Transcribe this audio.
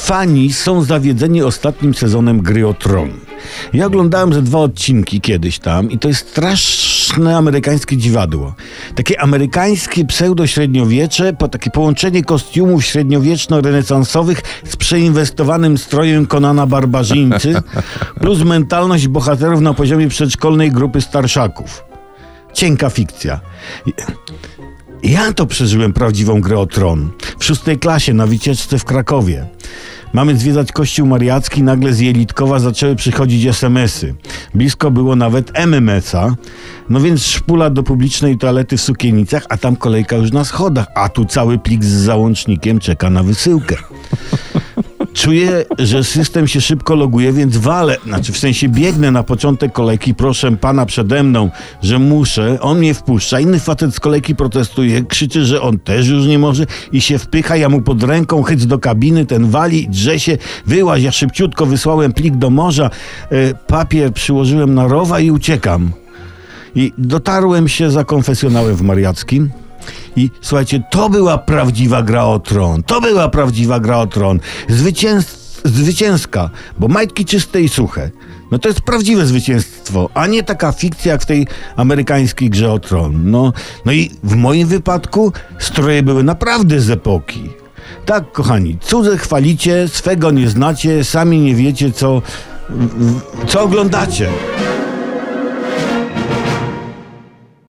Fani są zawiedzeni ostatnim sezonem Gry o Tron. Ja oglądałem ze 2 odcinki kiedyś tam i to jest straszne amerykańskie dziwadło. Takie amerykańskie pseudo-średniowiecze, takie połączenie kostiumów średniowieczno-renesansowych z przeinwestowanym strojem Konana Barbarzyńcy plus mentalność bohaterów na poziomie przedszkolnej grupy starszaków. Cienka fikcja. Ja to przeżyłem prawdziwą Grę o Tron. W 6. klasie na wycieczce w Krakowie. Mamy zwiedzać kościół mariacki, nagle z Jelitkowa zaczęły przychodzić SMS-y. Blisko było nawet MMS-a. No więc szpula do publicznej toalety w Sukienicach, a tam kolejka już na schodach. A tu cały plik z załącznikiem czeka na wysyłkę. Czuję, że system się szybko loguje, więc walę, w sensie biegnę na początek kolejki, proszę pana przede mną, że muszę, on mnie wpuszcza, inny facet z kolejki protestuje, krzyczy, że on też już nie może i się wpycha, ja mu pod ręką chyc do kabiny, ten wali, drze się, wyłaź, ja szybciutko wysłałem plik do morza, papier przyłożyłem na rowa i uciekam. I dotarłem się za konfesjonałem w Mariackim. I słuchajcie, to była prawdziwa Gra o Tron. To była prawdziwa Gra o Tron. Zwycięska, bo majtki czyste i suche. No to jest prawdziwe zwycięstwo, a nie taka fikcja jak w tej amerykańskiej Grze o Tron. No i w moim wypadku stroje były naprawdę z epoki. Tak, kochani, cudze chwalicie, swego nie znacie, sami nie wiecie, co oglądacie.